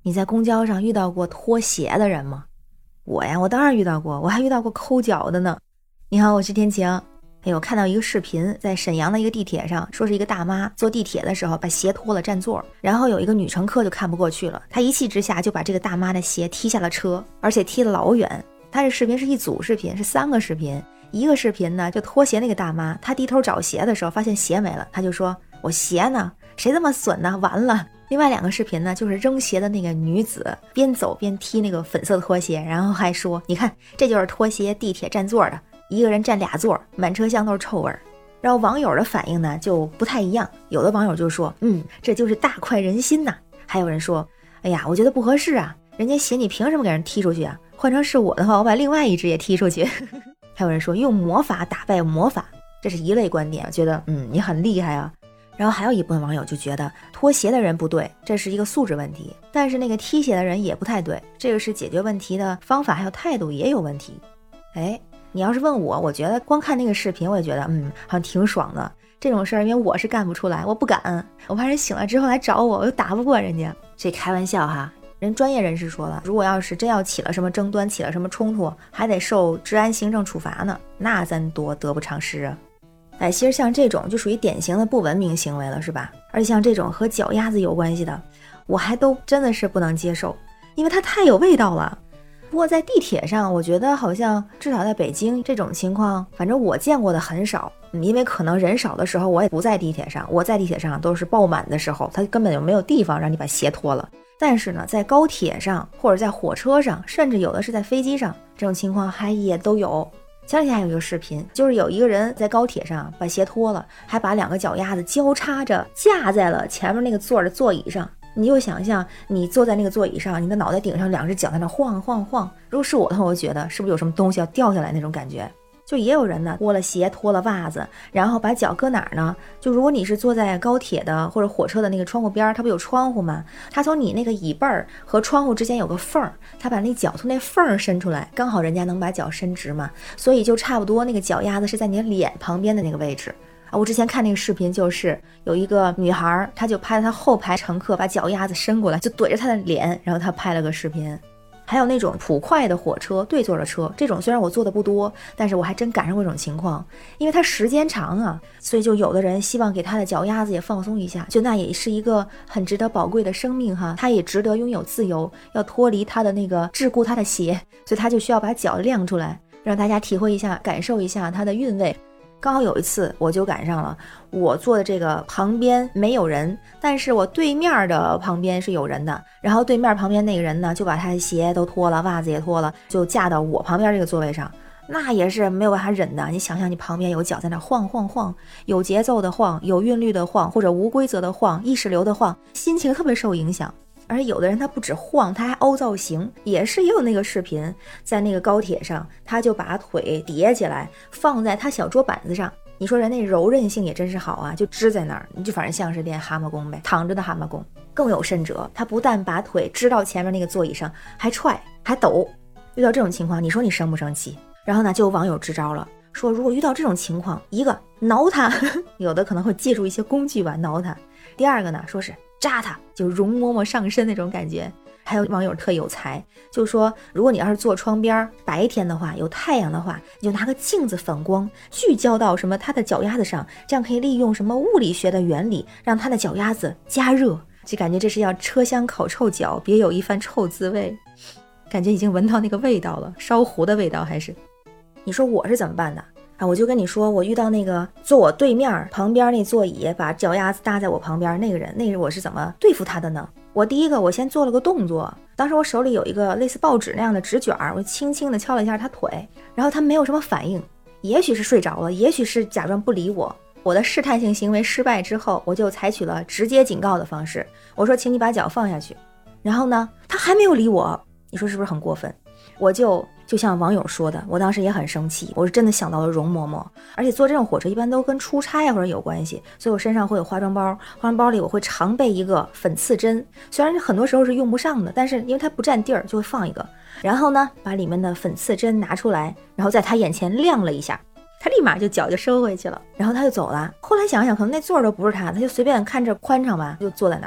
你在公交上遇到过脱鞋的人吗？我呀，我当然遇到过，我还遇到过抠脚的呢。你好，我是天晴。我看到一个视频，在沈阳的一个地铁上，说是一个大妈坐地铁的时候把鞋脱了占座，然后有一个女乘客就看不过去了，她一气之下就把这个大妈的鞋踢下了车，而且踢了老远。她这视频是一组视频，是3个视频。一个视频呢，就脱鞋那个大妈，她低头找鞋的时候发现鞋没了，她就说我鞋呢？谁这么损呢？完了。另外2个视频呢，就是扔鞋的那个女子边走边踢那个粉色的拖鞋，然后还说你看这就是拖鞋地铁占座的，一个人占2座，满车厢都是臭味。然后网友的反应呢就不太一样，有的网友就说这就是大快人心呐。还有人说哎呀，我觉得不合适啊，人家鞋你凭什么给人踢出去啊？换成是我的话，我把另外一只也踢出去。还有人说用魔法打败魔法，这是一类观点，觉得你很厉害啊。然后还有一部分网友就觉得脱鞋的人不对，这是一个素质问题，但是那个踢鞋的人也不太对，这个是解决问题的方法还有态度也有问题。你要是问我，我觉得光看那个视频我也觉得好像挺爽的。这种事儿因为我是干不出来，我不敢，我怕人醒了之后来找我，我又打不过人家。这开玩笑哈，人专业人士说了，如果要是真要起了什么争端，起了什么冲突，还得受治安行政处罚呢，那咱多得不偿失啊。其实像这种就属于典型的不文明行为了，是吧？而且像这种和脚丫子有关系的，我还都真的是不能接受，因为它太有味道了。不过在地铁上，我觉得好像至少在北京这种情况，反正我见过的很少。因为可能人少的时候我也不在地铁上，我在地铁上都是爆满的时候，它根本就没有地方让你把鞋脱了。但是呢，在高铁上或者在火车上，甚至有的是在飞机上，这种情况还也都有。前两天还有一个视频，就是有一个人在高铁上把鞋脱了，还把2个脚丫子交叉着架在了前面那个座的座椅上。你就想象你坐在那个座椅上，你的脑袋顶上2只脚在那晃晃晃，如果是我的话，我就觉得是不是有什么东西要掉下来那种感觉。就也有人呢脱了鞋脱了袜子，然后把脚搁哪儿呢？就如果你是坐在高铁的或者火车的那个窗户边，它不有窗户吗？它从你那个椅背和窗户之间有个缝儿，它把那脚从那缝儿伸出来，刚好人家能把脚伸直嘛，所以就差不多那个脚丫子是在你的脸旁边的那个位置。我之前看那个视频，就是有一个女孩，她就拍她后排乘客把脚丫子伸过来，就怼着她的脸，然后她拍了个视频。还有那种普快的火车对座的车，这种虽然我坐的不多，但是我还真赶上过这种情况，因为它时间长啊，所以就有的人希望给他的脚丫子也放松一下，就那也是一个很值得宝贵的生命哈，他也值得拥有自由，要脱离他的那个桎梏他的鞋，所以他就需要把脚亮出来，让大家体会一下，感受一下它的韵味。刚好有一次我就赶上了，我坐的这个旁边没有人，但是我对面的旁边是有人的，然后对面旁边那个人呢就把他的鞋都脱了，袜子也脱了，就架到我旁边这个座位上，那也是没有办法忍的。你想想，你旁边有脚在那晃晃晃，有节奏的晃，有韵律的晃，或者无规则的晃，意识流的晃，心情特别受影响。而有的人他不止晃，他还凹造型，也有那个视频，在那个高铁上，他就把腿叠起来放在他小桌板子上，你说人那柔韧性也真是好啊，就支在那儿，你就反正像是练蛤蟆功呗，躺着的蛤蟆功。更有甚者，他不但把腿支到前面那个座椅上，还踹还抖。遇到这种情况，你说你生不生气？然后呢，就有网友支招了，说如果遇到这种情况，一个挠他，有的可能会借助一些工具吧挠他；第二个呢，说是扎他，就容嬷嬷上身那种感觉。还有网友特有才，就说如果你要是坐窗边，白天的话有太阳的话，你就拿个镜子反光聚焦到什么他的脚丫子上，这样可以利用什么物理学的原理让他的脚丫子加热，就感觉这是要车厢烤臭脚，别有一番臭滋味。感觉已经闻到那个味道了，烧糊的味道还是。你说我是怎么办的我就跟你说，我遇到那个坐我对面旁边那座椅把脚丫子搭在我旁边那个人，那个我是怎么对付他的呢？我第一个我先做了个动作，当时我手里有一个类似报纸那样的纸卷，我轻轻地敲了一下他腿，然后他没有什么反应，也许是睡着了，也许是假装不理我。我的试探性行为失败之后，我就采取了直接警告的方式，我说请你把脚放下去。然后呢，他还没有理我，你说是不是很过分？我就像网友说的，我当时也很生气，我是真的想到了容嬷嬷。而且坐这种火车一般都跟出差或者有关系，所以我身上会有化妆包，化妆包里我会常备一个粉刺针，虽然很多时候是用不上的，但是因为它不占地儿就会放一个。然后呢，把里面的粉刺针拿出来，然后在他眼前亮了一下，他立马就脚就收回去了，然后他就走了。后来想想可能那座都不是他就随便看着宽敞吧，就坐在那儿。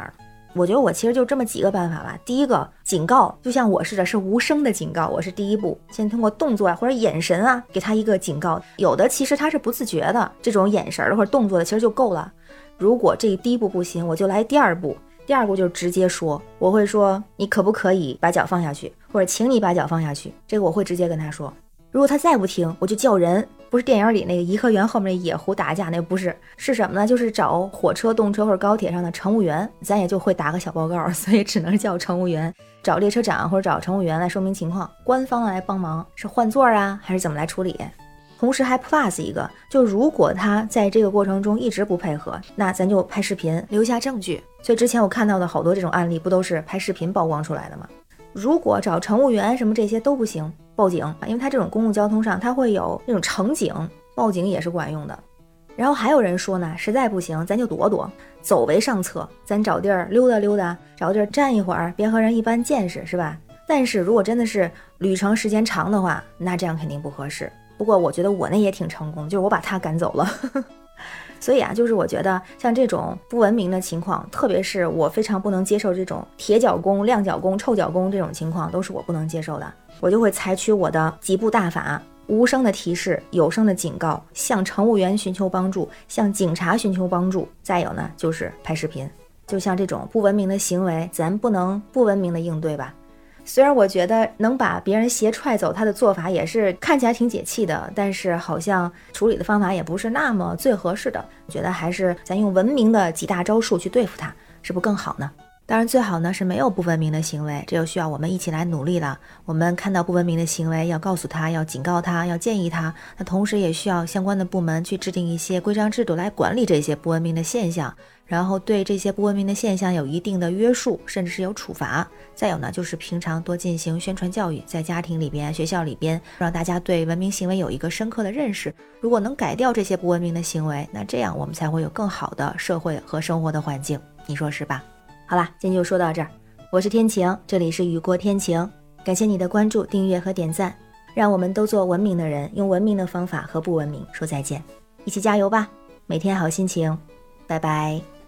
我觉得我其实就这么几个办法吧。第一个，警告，就像我似的，是无声的警告，我是第一步，先通过动作啊或者眼神啊给他一个警告。有的其实他是不自觉的，这种眼神或者动作的其实就够了。如果这第一步不行，我就来第二步。第二步就是直接说，我会说你可不可以把脚放下去，或者请你把脚放下去，这个我会直接跟他说。如果他再不听，我就叫人，不是电影里那个颐和园后面的野狐打架，那个不是，是什么呢？就是找火车、动车或者高铁上的乘务员，咱也就会打个小报告，所以只能叫乘务员，找列车长或者找乘务员来说明情况，官方来帮忙，是换座啊，还是怎么来处理？同时还 plus 一个，就如果他在这个过程中一直不配合，那咱就拍视频留下证据。所以之前我看到的好多这种案例不都是拍视频曝光出来的吗？如果找乘务员什么这些都不行，报警，因为他这种公共交通上他会有那种乘警，报警也是管用的。然后还有人说呢，实在不行咱就躲躲，走为上策，咱找地儿溜达溜达，找地儿站一会儿，别和人一般见识，是吧？但是如果真的是旅程时间长的话，那这样肯定不合适。不过我觉得我那也挺成功，就是我把他赶走了所以啊，就是我觉得像这种不文明的情况，特别是我非常不能接受这种铁脚弓、亮脚弓、臭脚弓这种情况，都是我不能接受的。我就会采取我的几步大法，无声的提示，有声的警告，向乘务员寻求帮助，向警察寻求帮助，再有呢就是拍视频。就像这种不文明的行为，咱不能不文明的应对吧。虽然我觉得能把别人鞋踹走，他的做法也是看起来挺解气的，但是好像处理的方法也不是那么最合适的。觉得还是咱用文明的几大招数去对付他，是不是更好呢？当然最好呢是没有不文明的行为，这就需要我们一起来努力了。我们看到不文明的行为，要告诉他，要警告他，要建议他。那同时也需要相关的部门去制定一些规章制度来管理这些不文明的现象，然后对这些不文明的现象有一定的约束，甚至是有处罚。再有呢，就是平常多进行宣传教育，在家庭里边、学校里边，让大家对文明行为有一个深刻的认识。如果能改掉这些不文明的行为，那这样我们才会有更好的社会和生活的环境，你说是吧？好啦，今天就说到这儿。我是天晴，这里是雨过天晴，感谢你的关注、订阅和点赞，让我们都做文明的人，用文明的方法和不文明说再见，一起加油吧！每天好心情，拜拜。